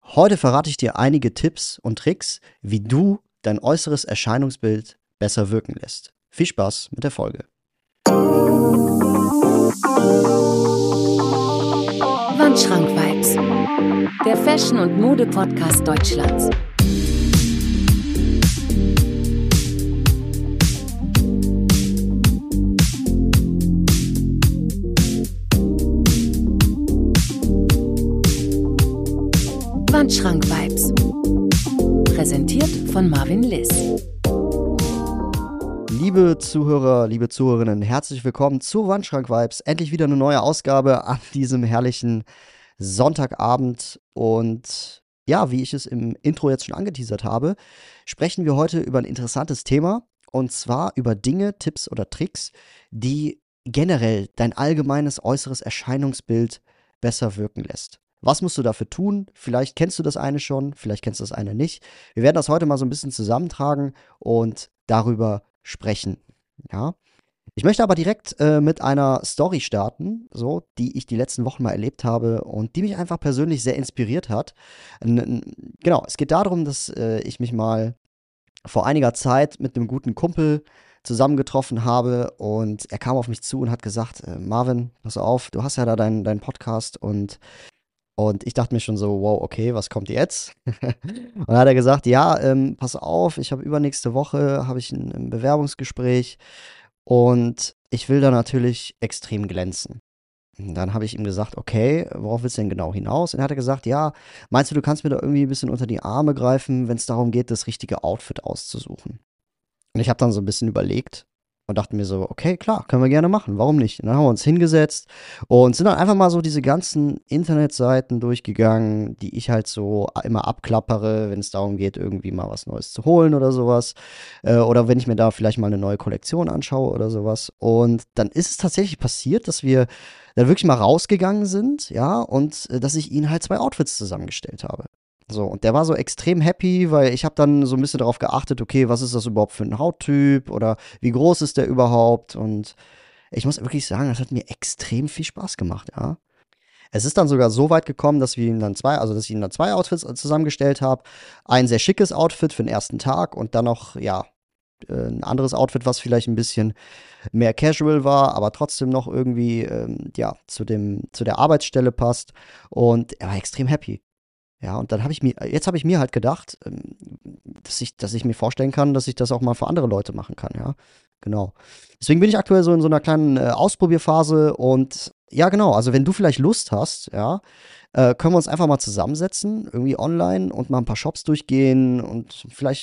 Heute verrate ich dir einige Tipps und Tricks, wie du dein äußeres Erscheinungsbild besser wirken lässt. Viel Spaß mit der Folge. Wandschrank-Vibes, der Fashion- und Mode-Podcast Deutschlands. Wandschrank-Vibes, präsentiert von Marvin Liss. Liebe Zuhörer, liebe Zuhörerinnen, herzlich willkommen zu Wandschrank-Vibes. Endlich wieder eine neue Ausgabe an diesem herrlichen Sonntagabend. Und ja, wie ich es im Intro jetzt schon angeteasert habe, sprechen wir heute über ein interessantes Thema. Und zwar über Dinge, Tipps oder Tricks, die generell dein allgemeines äußeres Erscheinungsbild besser wirken lässt. Was musst du dafür tun? Vielleicht kennst du das eine schon, vielleicht kennst du das eine nicht. Wir werden das heute mal so ein bisschen zusammentragen und darüber sprechen. Ja. Ich möchte aber direkt mit einer Story starten, so, die ich die letzten Wochen mal erlebt habe und die mich einfach persönlich sehr inspiriert hat. Genau, es geht darum, dass ich mich mal vor einiger Zeit mit einem guten Kumpel zusammengetroffen habe und er kam auf mich zu und hat gesagt, Marvin, pass auf, du hast ja da deinen Podcast und ich dachte mir schon so, wow, okay, was kommt jetzt? Und dann hat er gesagt, ja, pass auf, ich habe übernächste Woche habe ich ein Bewerbungsgespräch und ich will da natürlich extrem glänzen. Und dann habe ich ihm gesagt, okay, worauf willst du denn genau hinaus? Und dann hat er gesagt, ja, meinst du kannst mir da irgendwie ein bisschen unter die Arme greifen, wenn es darum geht, das richtige Outfit auszusuchen? Und ich habe dann so ein bisschen überlegt und dachte mir so, okay, klar, können wir gerne machen, warum nicht? Und dann haben wir uns hingesetzt und sind dann einfach mal so diese ganzen Internetseiten durchgegangen, die ich halt so immer abklappere, wenn es darum geht, irgendwie mal was Neues zu holen oder sowas. Oder wenn ich mir da vielleicht mal eine neue Kollektion anschaue oder sowas. Und dann ist es tatsächlich passiert, dass wir dann wirklich mal rausgegangen sind, ja, und dass ich ihnen halt 2 Outfits zusammengestellt habe. So, und der war so extrem happy, weil ich habe dann so ein bisschen darauf geachtet, okay, was ist das überhaupt für ein Hauttyp oder wie groß ist der überhaupt? Und ich muss wirklich sagen, das hat mir extrem viel Spaß gemacht, ja. Es ist dann sogar so weit gekommen, dass dass ich ihm dann 2 Outfits zusammengestellt habe. Ein sehr schickes Outfit für den ersten Tag und dann noch, ja, 'n anderes Outfit, was vielleicht ein bisschen mehr casual war, aber trotzdem noch irgendwie, ja, zu der Arbeitsstelle passt. Und er war extrem happy. Ja, und dann habe ich mir halt gedacht, dass ich mir vorstellen kann, dass ich das auch mal für andere Leute machen kann, ja. Genau. Deswegen bin ich aktuell so in so einer kleinen Ausprobierphase und ja, genau, also wenn du vielleicht Lust hast, ja, können wir uns einfach mal zusammensetzen, irgendwie online und mal ein paar Shops durchgehen und vielleicht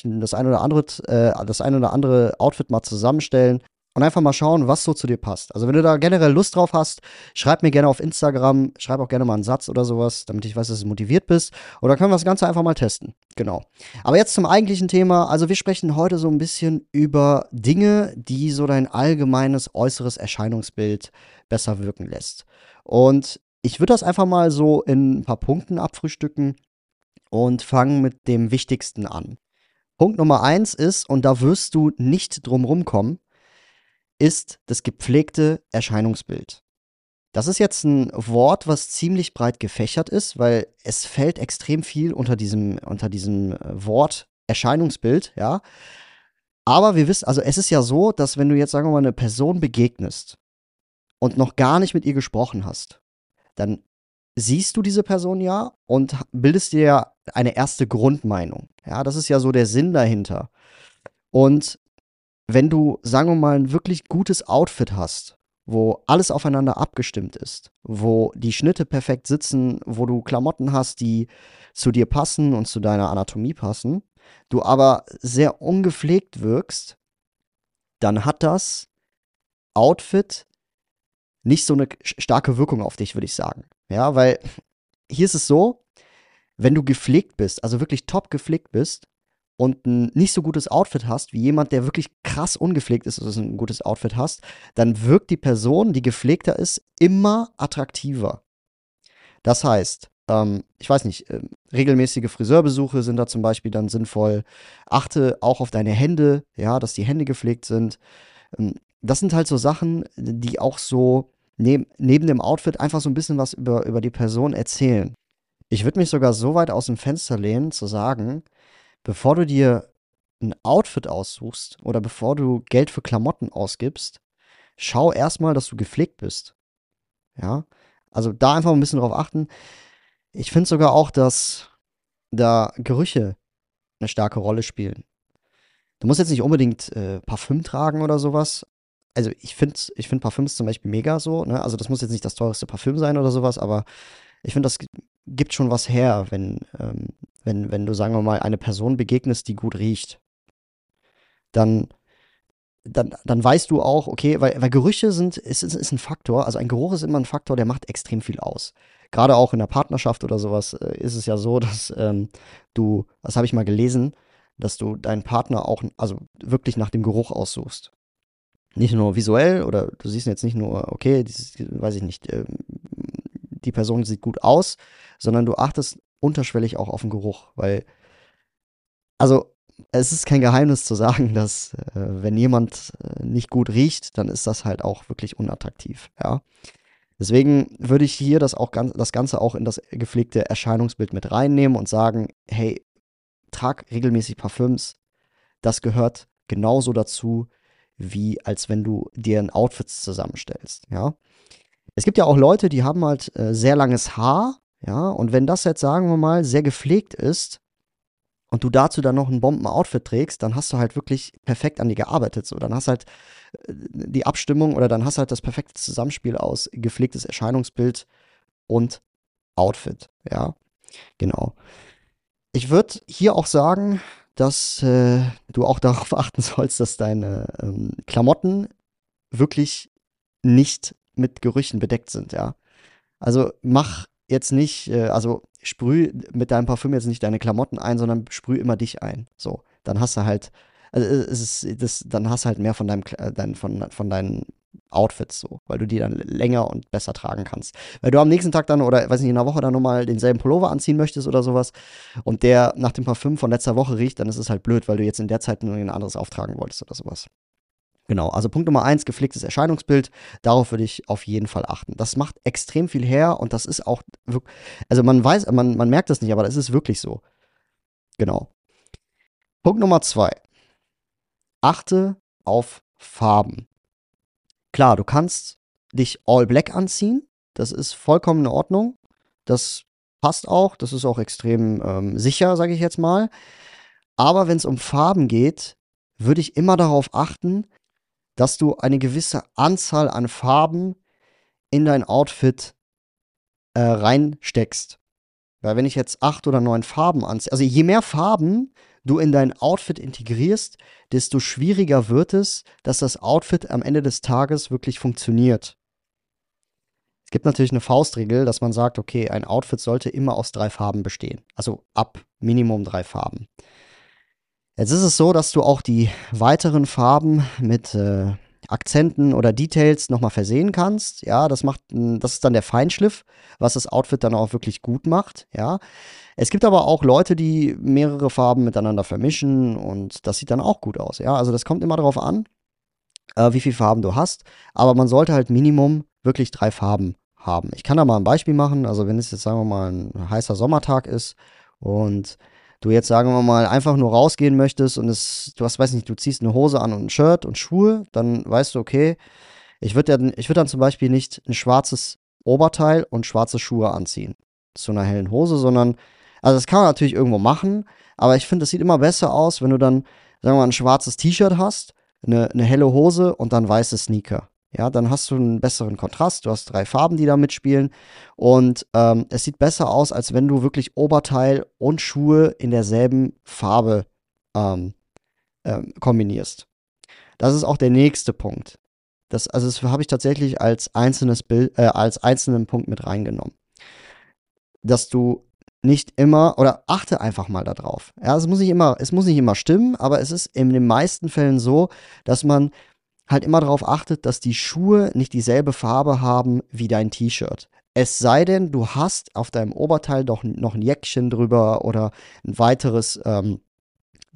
das ein oder andere Outfit mal zusammenstellen und einfach mal schauen, was so zu dir passt. Also wenn du da generell Lust drauf hast, schreib mir gerne auf Instagram, schreib auch gerne mal einen Satz oder sowas, damit ich weiß, dass du motiviert bist. Oder können wir das Ganze einfach mal testen. Genau. Aber jetzt zum eigentlichen Thema. Also wir sprechen heute so ein bisschen über Dinge, die so dein allgemeines äußeres Erscheinungsbild besser wirken lässt. Und ich würde das einfach mal so in ein paar Punkten abfrühstücken und fangen mit dem Wichtigsten an. Punkt Nummer eins ist, und da wirst du nicht drum rumkommen, ist das gepflegte Erscheinungsbild. Das ist jetzt ein Wort, was ziemlich breit gefächert ist, weil es fällt extrem viel unter diesem Wort Erscheinungsbild, ja. Aber wir wissen, also es ist ja so, dass wenn du jetzt, sagen wir mal, eine Person begegnest und noch gar nicht mit ihr gesprochen hast, dann siehst du diese Person ja und bildest dir ja eine erste Grundmeinung. Ja, das ist ja so der Sinn dahinter. Und wenn du, sagen wir mal, ein wirklich gutes Outfit hast, wo alles aufeinander abgestimmt ist, wo die Schnitte perfekt sitzen, wo du Klamotten hast, die zu dir passen und zu deiner Anatomie passen, du aber sehr ungepflegt wirkst, dann hat das Outfit nicht so eine starke Wirkung auf dich, würde ich sagen. Ja, weil hier ist es so, wenn du gepflegt bist, also wirklich top gepflegt bist und ein nicht so gutes Outfit hast, wie jemand, der wirklich krass ungepflegt ist, also ein gutes Outfit hast, dann wirkt die Person, die gepflegter ist, immer attraktiver. Das heißt, ich weiß nicht, regelmäßige Friseurbesuche sind da zum Beispiel dann sinnvoll. Achte auch auf deine Hände, ja, dass die Hände gepflegt sind. Das sind halt so Sachen, die auch so neben dem Outfit einfach so ein bisschen was über die Person erzählen. Ich würde mich sogar so weit aus dem Fenster lehnen, zu sagen, bevor du dir ein Outfit aussuchst oder bevor du Geld für Klamotten ausgibst, schau erstmal, dass du gepflegt bist. Ja, also da einfach ein bisschen drauf achten. Ich finde sogar auch, dass da Gerüche eine starke Rolle spielen. Du musst jetzt nicht unbedingt Parfüm tragen oder sowas. Also ich find Parfüms zum Beispiel mega so, ne? Also das muss jetzt nicht das teuerste Parfüm sein oder sowas, aber ich finde, das gibt schon was her, wenn du, sagen wir mal, eine Person begegnest, die gut riecht. Dann, dann weißt du auch, okay, weil Gerüche ist ein Faktor, also ein Geruch ist immer ein Faktor, der macht extrem viel aus. Gerade auch in der Partnerschaft oder sowas ist es ja so, dass das habe ich mal gelesen, dass du deinen Partner auch, also wirklich nach dem Geruch aussuchst. Nicht nur visuell oder du siehst jetzt nicht nur, okay, weiß ich nicht, die Person sieht gut aus, sondern du achtest unterschwellig auch auf den Geruch, weil, also es ist kein Geheimnis zu sagen, dass wenn jemand nicht gut riecht, dann ist das halt auch wirklich unattraktiv, ja. Deswegen würde ich hier das Ganze auch in das gepflegte Erscheinungsbild mit reinnehmen und sagen, hey, trag regelmäßig Parfüms, das gehört genauso dazu, wie als wenn du dir ein Outfit zusammenstellst, ja. Es gibt ja auch Leute, die haben halt sehr langes Haar, ja, und wenn das jetzt, sagen wir mal, sehr gepflegt ist und du dazu dann noch ein Bomben-Outfit trägst, dann hast du halt wirklich perfekt an dir gearbeitet, so. Dann hast halt die Abstimmung oder dann hast halt das perfekte Zusammenspiel aus gepflegtes Erscheinungsbild und Outfit, ja, genau. Ich würde hier auch sagen, dass du auch darauf achten sollst, dass deine Klamotten wirklich nicht mit Gerüchen bedeckt sind, ja. Also mach jetzt nicht, also sprüh mit deinem Parfüm jetzt nicht deine Klamotten ein, sondern sprüh immer dich ein. So, dann hast du halt, also dann hast du halt mehr von von deinen Outfits so, weil du die dann länger und besser tragen kannst. Weil du am nächsten Tag dann oder weiß nicht, in einer Woche dann nochmal denselben Pullover anziehen möchtest oder sowas und der nach dem Parfüm von letzter Woche riecht, dann ist es halt blöd, weil du jetzt in der Zeit nur ein anderes auftragen wolltest oder sowas. Genau, also Punkt Nummer eins, gepflegtes Erscheinungsbild. Darauf würde ich auf jeden Fall achten. Das macht extrem viel her und das ist auch wirklich, also man weiß, man merkt das nicht, aber das ist wirklich so. Genau. Punkt Nummer zwei, achte auf Farben. Klar, du kannst dich all black anziehen. Das ist vollkommen in Ordnung. Das passt auch. Das ist auch extrem sicher, sage ich jetzt mal. Aber wenn es um Farben geht, würde ich immer darauf achten, dass du eine gewisse Anzahl an Farben in dein Outfit reinsteckst. Weil wenn ich jetzt 8 oder 9 Farben anziehe, also je mehr Farben du in dein Outfit integrierst, desto schwieriger wird es, dass das Outfit am Ende des Tages wirklich funktioniert. Es gibt natürlich eine Faustregel, dass man sagt, okay, ein Outfit sollte immer aus 3 Farben bestehen. Also ab Minimum 3 Farben. Jetzt ist es so, dass du auch die weiteren Farben mit Akzenten oder Details nochmal versehen kannst. Ja, das ist dann der Feinschliff, was das Outfit dann auch wirklich gut macht. Ja, es gibt aber auch Leute, die mehrere Farben miteinander vermischen und das sieht dann auch gut aus. Ja, also das kommt immer darauf an, wie viele Farben du hast. Aber man sollte halt Minimum wirklich 3 Farben haben. Ich kann da mal ein Beispiel machen. Also wenn es jetzt, sagen wir mal, ein heißer Sommertag ist und du jetzt, sagen wir mal, einfach nur rausgehen möchtest und du hast, weiß nicht, du ziehst eine Hose an und ein Shirt und Schuhe, dann weißt du, okay, ich würd dann zum Beispiel nicht ein schwarzes Oberteil und schwarze Schuhe anziehen zu einer hellen Hose, sondern, also das kann man natürlich irgendwo machen, aber ich finde, es sieht immer besser aus, wenn du dann, sagen wir mal, ein schwarzes T-Shirt hast, eine helle Hose und dann weiße Sneaker. Ja, dann hast du einen besseren Kontrast, du hast 3 Farben, die da mitspielen und es sieht besser aus, als wenn du wirklich Oberteil und Schuhe in derselben Farbe ähm, kombinierst. Das ist auch der nächste Punkt. Das habe ich tatsächlich als einzelnes Bild, als einzelnen Punkt mit reingenommen. Dass du nicht immer, oder achte einfach mal darauf. Ja, es muss nicht immer stimmen, aber es ist in den meisten Fällen so, dass man halt immer darauf achtet, dass die Schuhe nicht dieselbe Farbe haben wie dein T-Shirt. Es sei denn, du hast auf deinem Oberteil doch noch ein Jäckchen drüber oder ein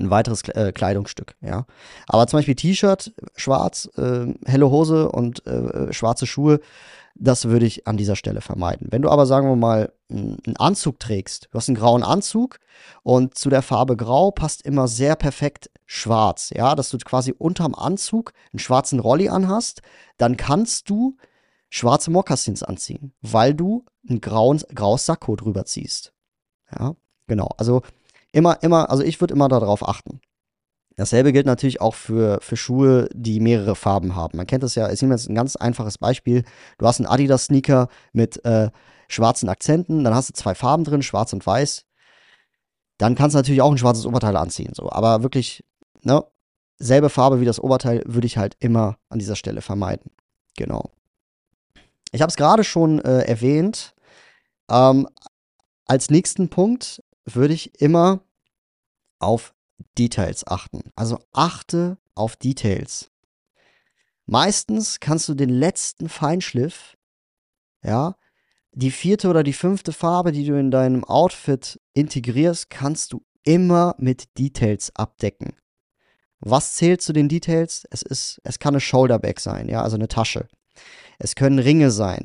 ein weiteres Kleidungsstück, ja. Aber zum Beispiel T-Shirt, schwarz, helle Hose und schwarze Schuhe, das würde ich an dieser Stelle vermeiden. Wenn du aber, sagen wir mal, einen Anzug trägst, du hast einen grauen Anzug und zu der Farbe Grau passt immer sehr perfekt schwarz, ja, dass du quasi unterm Anzug einen schwarzen Rolli anhast, dann kannst du schwarze Mokassins anziehen, weil du ein graues Sakko drüber ziehst. Ja, genau. Also also ich würde immer darauf achten. Dasselbe gilt natürlich auch für Schuhe, die mehrere Farben haben. Man kennt das ja, ich nehme jetzt ein ganz einfaches Beispiel. Du hast einen Adidas-Sneaker mit schwarzen Akzenten, dann hast du 2 Farben drin, schwarz und weiß. Dann kannst du natürlich auch ein schwarzes Oberteil anziehen. So. Aber wirklich, ne, selbe Farbe wie das Oberteil würde ich halt immer an dieser Stelle vermeiden. Genau. Ich habe es gerade schon erwähnt. Ähm, als nächsten Punkt würde ich immer auf Details achten. Also achte auf Details. Meistens kannst du den letzten Feinschliff, ja, die 4. oder die 5. Farbe, die du in deinem Outfit integrierst, kannst du immer mit Details abdecken. Was zählt zu den Details? Es kann eine Shoulderbag sein, ja, also eine Tasche. Es können Ringe sein.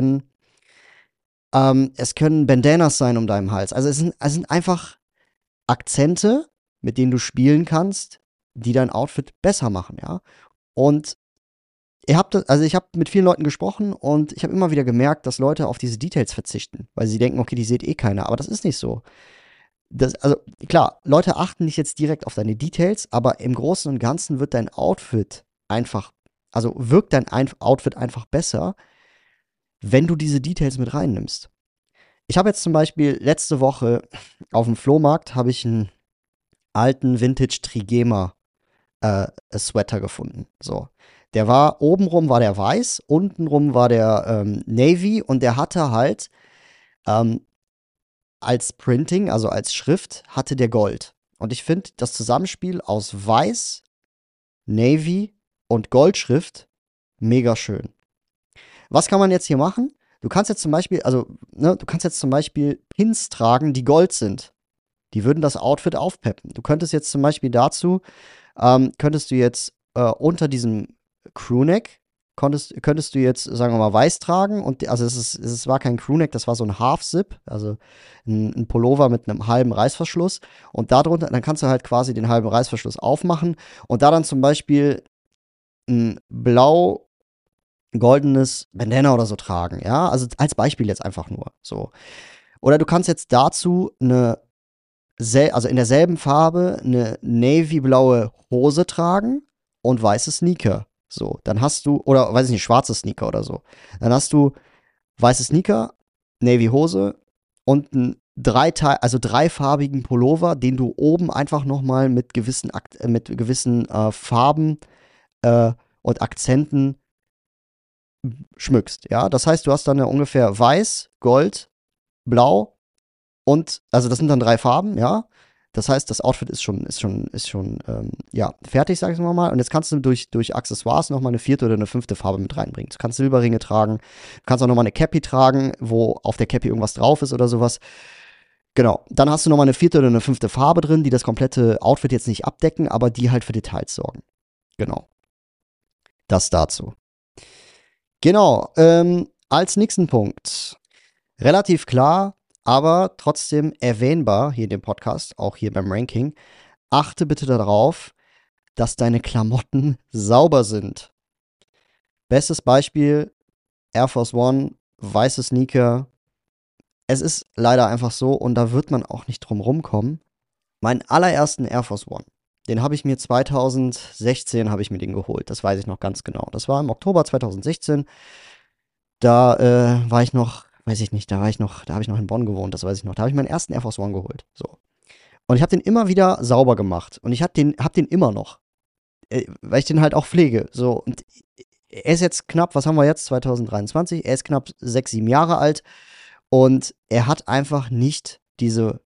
Es können Bandanas sein um deinen Hals. Also es sind einfach Akzente, mit denen du spielen kannst, die dein Outfit besser machen, ja. Und ich habe mit vielen Leuten gesprochen und ich habe immer wieder gemerkt, dass Leute auf diese Details verzichten, weil sie denken, okay, die sieht eh keiner, aber das ist nicht so. Also klar, Leute achten nicht jetzt direkt auf deine Details, aber im Großen und Ganzen wird dein Outfit wirkt dein Outfit einfach besser, wenn du diese Details mit reinnimmst. Ich habe jetzt zum Beispiel letzte Woche auf dem Flohmarkt habe ich einen alten Vintage Trigema Sweater gefunden. So. Obenrum war der weiß, untenrum war der Navy und der hatte halt als Printing, also als Schrift, hatte der Gold. Und ich finde das Zusammenspiel aus Weiß, Navy und Goldschrift mega schön. Was kann man jetzt hier machen? Du kannst jetzt zum Beispiel, Pins tragen, die Gold sind. Die würden das Outfit aufpeppen. Du könntest jetzt zum Beispiel dazu, könntest du jetzt unter diesem Crewneck, könntest du jetzt, sagen wir mal, weiß tragen. Also es war kein Crewneck, das war so ein Half-Zip, also ein Pullover mit einem halben Reißverschluss. Und darunter, dann kannst du halt quasi den halben Reißverschluss aufmachen und da dann zum Beispiel ein blau-goldenes Bandana oder so tragen, ja. Also als Beispiel jetzt einfach nur so. Oder du kannst jetzt dazu also in derselben Farbe eine navy-blaue Hose tragen und weiße Sneaker. So, dann hast du, oder weiß ich nicht, schwarze Sneaker oder so. Dann hast du weiße Sneaker, Navy-Hose und einen dreifarbigen Pullover, den du oben einfach nochmal mit gewissen Farben und Akzenten schmückst. Ja, das heißt, du hast dann ja ungefähr weiß, gold, blau und, also das sind dann 3 Farben, ja. Das heißt, das Outfit ist schon ja, fertig, sag ich mal. Und jetzt kannst du durch Accessoires nochmal eine 4. oder eine 5. Farbe mit reinbringen. Du kannst Silberringe tragen, du kannst auch nochmal eine Cappy tragen, wo auf der Cappy irgendwas drauf ist oder sowas. Genau, dann hast du nochmal eine 4. oder eine 5. Farbe drin, die das komplette Outfit jetzt nicht abdecken, aber die halt für Details sorgen. Genau. Das dazu. Genau, als nächsten Punkt. Relativ klar, aber trotzdem erwähnbar hier in dem Podcast, auch hier beim Ranking. Achte bitte darauf, dass deine Klamotten sauber sind. Bestes Beispiel, Air Force One, weiße Sneaker. Es ist leider einfach so und da wird man auch nicht drum rumkommen. Meinen allerersten Air Force One, den habe ich mir 2016 habe ich mir den geholt. Das weiß ich noch ganz genau. Das war im Oktober 2016. Da war ich noch, weiß ich nicht, da habe ich noch in Bonn gewohnt, das weiß ich noch. Da habe ich meinen ersten Air Force One geholt. So. Und ich habe den immer wieder sauber gemacht. Und ich hab den immer noch. Weil ich den halt auch pflege. So. Und er ist jetzt knapp, was haben wir jetzt? 2023. Er ist knapp 6, 7 Jahre alt. Und er hat einfach nicht den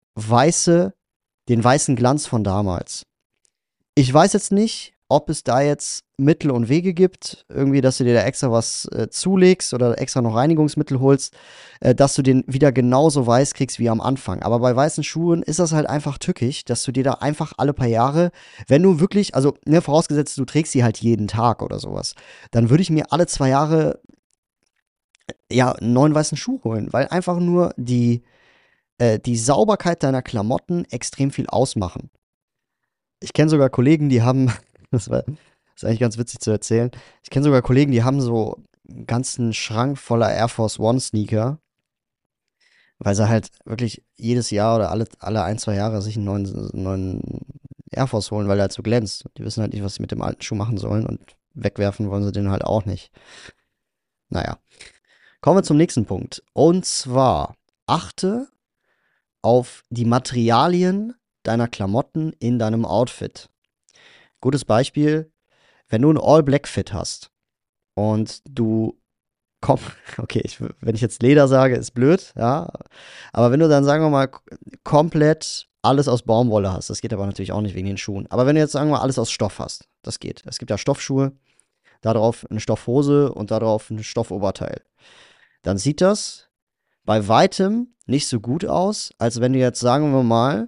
weißen Glanz von damals. Ich weiß jetzt nicht, ob es da jetzt Mittel und Wege gibt, irgendwie, dass du dir da extra was zulegst oder extra noch Reinigungsmittel holst, dass du den wieder genauso weiß kriegst wie am Anfang. Aber bei weißen Schuhen ist das halt einfach tückisch, dass du dir da einfach alle paar Jahre, wenn du wirklich, also ne, vorausgesetzt, du trägst sie halt jeden Tag oder sowas, dann würde ich mir alle 2 Jahre ja einen neuen weißen Schuh holen, weil einfach nur die Sauberkeit deiner Klamotten extrem viel ausmachen. Ich kenne sogar Kollegen, die haben, das ist eigentlich ganz witzig zu erzählen. Ich kenne sogar Kollegen, die haben so einen ganzen Schrank voller Air Force One Sneaker, weil sie halt wirklich jedes Jahr oder alle 1, 2 Jahre sich einen neuen Air Force holen, weil der halt so glänzt. Die wissen halt nicht, was sie mit dem alten Schuh machen sollen und wegwerfen wollen sie den halt auch nicht. Naja, kommen wir zum nächsten Punkt. Und zwar achte auf die Materialien deiner Klamotten in deinem Outfit. Gutes Beispiel, wenn du ein All-Black-Fit hast und du komm, okay, wenn ich jetzt Leder sage, ist blöd, ja. Aber wenn du dann, sagen wir mal, komplett alles aus Baumwolle hast, das geht aber natürlich auch nicht wegen den Schuhen. Aber wenn du jetzt, sagen wir mal, alles aus Stoff hast, das geht. Es gibt ja Stoffschuhe, darauf eine Stoffhose und darauf ein Stoffoberteil. Dann sieht das bei weitem nicht so gut aus, als wenn du jetzt, sagen wir mal,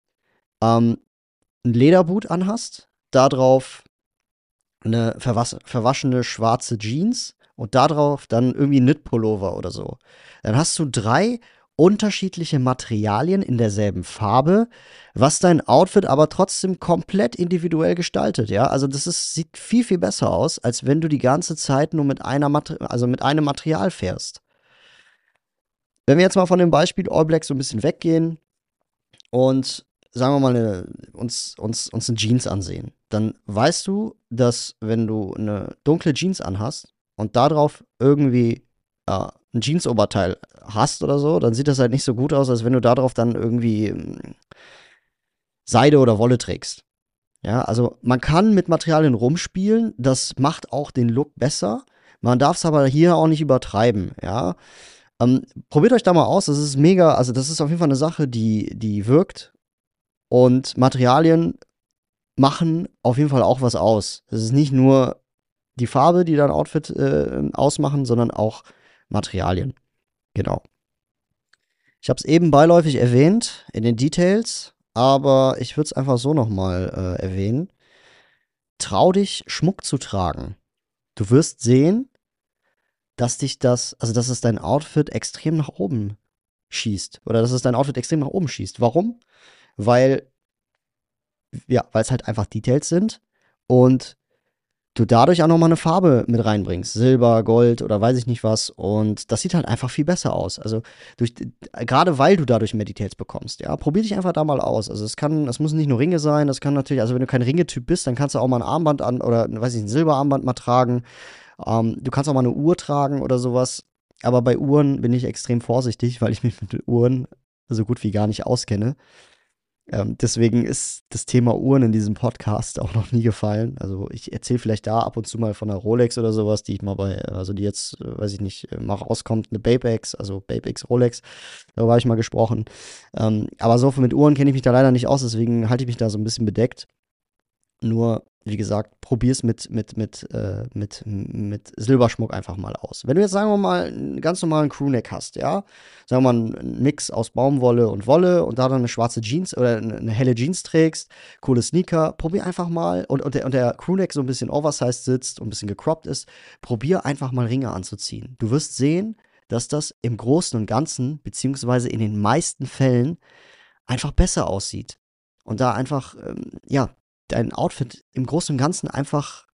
ein Lederboot anhast, darauf eine verwaschene schwarze Jeans und darauf dann irgendwie ein Knit-Pullover oder so. Dann hast du 3 unterschiedliche Materialien in derselben Farbe, was dein Outfit aber trotzdem komplett individuell gestaltet, ja? Also sieht viel, viel besser aus, als wenn du die ganze Zeit nur mit mit einem Material fährst. Wenn wir jetzt mal von dem Beispiel All Black so ein bisschen weggehen und sagen wir mal, uns eine Jeans ansehen, dann weißt du, dass wenn du eine dunkle Jeans anhast und darauf irgendwie ein Jeansoberteil hast oder so, dann sieht das halt nicht so gut aus, als wenn du darauf dann irgendwie Seide oder Wolle trägst. Ja, also man kann mit Materialien rumspielen, das macht auch den Look besser. Man darf es aber hier auch nicht übertreiben, ja. Probiert euch da mal aus, das ist mega, also das ist auf jeden Fall eine Sache, die wirkt. Und Materialien machen auf jeden Fall auch was aus. Es ist nicht nur die Farbe, die dein Outfit ausmachen, sondern auch Materialien. Genau. Ich habe es eben beiläufig erwähnt in den Details, aber ich würde es einfach so nochmal erwähnen. Trau dich, Schmuck zu tragen. Du wirst sehen, dass dass es dein Outfit extrem nach oben schießt. Oder dass es dein Outfit extrem nach oben schießt. Warum? Weil es halt einfach Details sind und du dadurch auch nochmal eine Farbe mit reinbringst. Silber, Gold oder weiß ich nicht was. Und das sieht halt einfach viel besser aus. Also gerade weil du dadurch mehr Details bekommst, ja, probier dich einfach da mal aus. Also es müssen nicht nur Ringe sein, das kann natürlich, also wenn du kein Ringetyp bist, dann kannst du auch mal ein Armband an oder, weiß ich, ein Silberarmband mal tragen. Du kannst auch mal eine Uhr tragen oder sowas. Aber bei Uhren bin ich extrem vorsichtig, weil ich mich mit Uhren so gut wie gar nicht auskenne. Deswegen ist das Thema Uhren in diesem Podcast auch noch nie gefallen. Also ich erzähle vielleicht da ab und zu mal von einer Rolex oder sowas, die ich mal die jetzt, weiß ich nicht, mal rauskommt, eine Bapex, also Bapex Rolex, darüber habe ich mal gesprochen. Aber so mit Uhren kenne ich mich da leider nicht aus, deswegen halte ich mich da so ein bisschen bedeckt. Nur, wie gesagt, probier's mit Silberschmuck einfach mal aus. Wenn du jetzt, sagen wir mal, einen ganz normalen Crewneck hast, ja, sagen wir mal, einen Mix aus Baumwolle und Wolle und da dann eine schwarze Jeans oder eine helle Jeans trägst, coole Sneaker, probier einfach mal, und der Crewneck so ein bisschen oversized sitzt und ein bisschen gecroppt ist, probier einfach mal Ringe anzuziehen. Du wirst sehen, dass das im Großen und Ganzen, beziehungsweise in den meisten Fällen, einfach besser aussieht. Und da einfach, dein Outfit im Großen und Ganzen einfach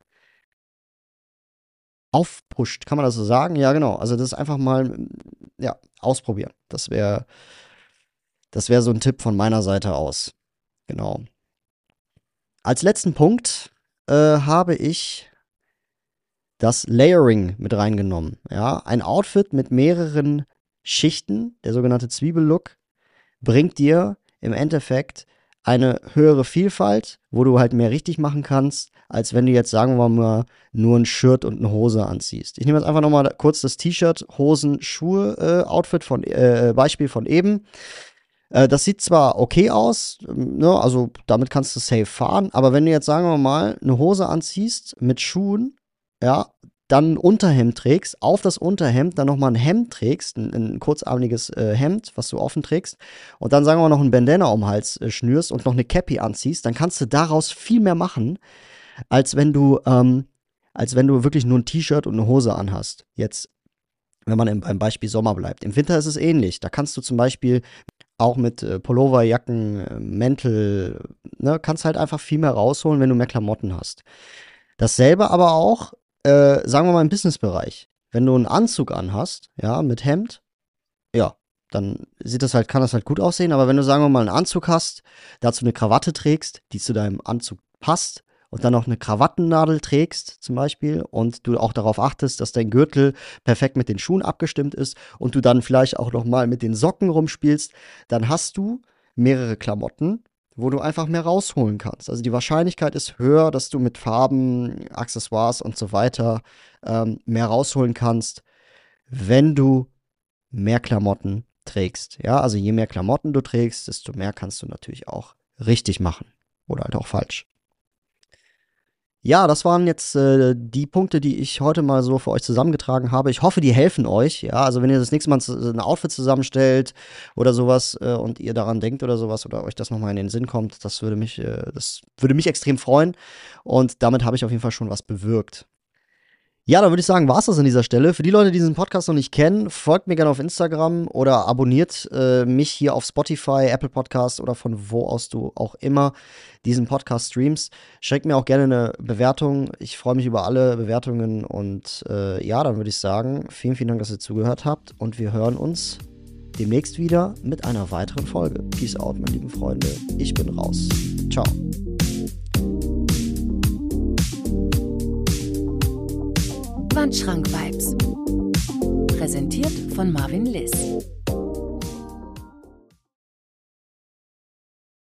aufpusht. Kann man das so sagen? Ja, genau. Also das einfach mal, ja, ausprobieren. Das wär so ein Tipp von meiner Seite aus. Genau. Als letzten Punkt habe ich das Layering mit reingenommen. Ja, ein Outfit mit mehreren Schichten, der sogenannte Zwiebellook, bringt dir im Endeffekt eine höhere Vielfalt, wo du halt mehr richtig machen kannst, als wenn du jetzt, sagen wir mal, nur ein Shirt und eine Hose anziehst. Ich nehme jetzt einfach nochmal kurz das T-Shirt, Hosen, Schuhe, Outfit Beispiel von eben. Das sieht zwar okay aus, ne, also damit kannst du safe fahren, aber wenn du jetzt, sagen wir mal, eine Hose anziehst mit Schuhen, ja, dann ein Unterhemd trägst, auf das Unterhemd dann nochmal ein Hemd trägst, ein kurzarmiges Hemd, was du offen trägst, und dann, sagen wir mal, noch ein Bandana um den Hals schnürst und noch eine Cappy anziehst, dann kannst du daraus viel mehr machen, als wenn du, wirklich nur ein T-Shirt und eine Hose anhast. Jetzt, wenn man beim Beispiel Sommer bleibt. Im Winter ist es ähnlich. Da kannst du zum Beispiel auch mit Pullover, Jacken, Mäntel, ne, kannst halt einfach viel mehr rausholen, wenn du mehr Klamotten hast. Dasselbe aber auch, sagen wir mal, im Businessbereich. Wenn du einen Anzug anhast, ja, mit Hemd, ja, dann kann das halt gut aussehen, aber wenn du, sagen wir mal, einen Anzug hast, dazu eine Krawatte trägst, die zu deinem Anzug passt, und dann noch eine Krawattennadel trägst zum Beispiel und du auch darauf achtest, dass dein Gürtel perfekt mit den Schuhen abgestimmt ist und du dann vielleicht auch noch mal mit den Socken rumspielst, dann hast du mehrere Klamotten, wo du einfach mehr rausholen kannst. Also die Wahrscheinlichkeit ist höher, dass du mit Farben, Accessoires und so weiter mehr rausholen kannst, wenn du mehr Klamotten trägst. Ja, also je mehr Klamotten du trägst, desto mehr kannst du natürlich auch richtig machen oder halt auch falsch. Ja, das waren jetzt die Punkte, die ich heute mal so für euch zusammengetragen habe. Ich hoffe, die helfen euch. Ja, also wenn ihr das nächste Mal ein Outfit zusammenstellt oder sowas und ihr daran denkt oder sowas oder euch das nochmal in den Sinn kommt, das würde mich extrem freuen. Und damit habe ich auf jeden Fall schon was bewirkt. Ja, dann würde ich sagen, war es das an dieser Stelle. Für die Leute, die diesen Podcast noch nicht kennen, folgt mir gerne auf Instagram oder abonniert mich hier auf Spotify, Apple Podcasts oder von wo aus du auch immer diesen Podcast streamst. Schickt mir auch gerne eine Bewertung. Ich freue mich über alle Bewertungen und ja, dann würde ich sagen, vielen, vielen Dank, dass ihr zugehört habt und wir hören uns demnächst wieder mit einer weiteren Folge. Peace out, meine lieben Freunde. Ich bin raus. Ciao. Wandschrank-Vibes. Präsentiert von Marvin Liss.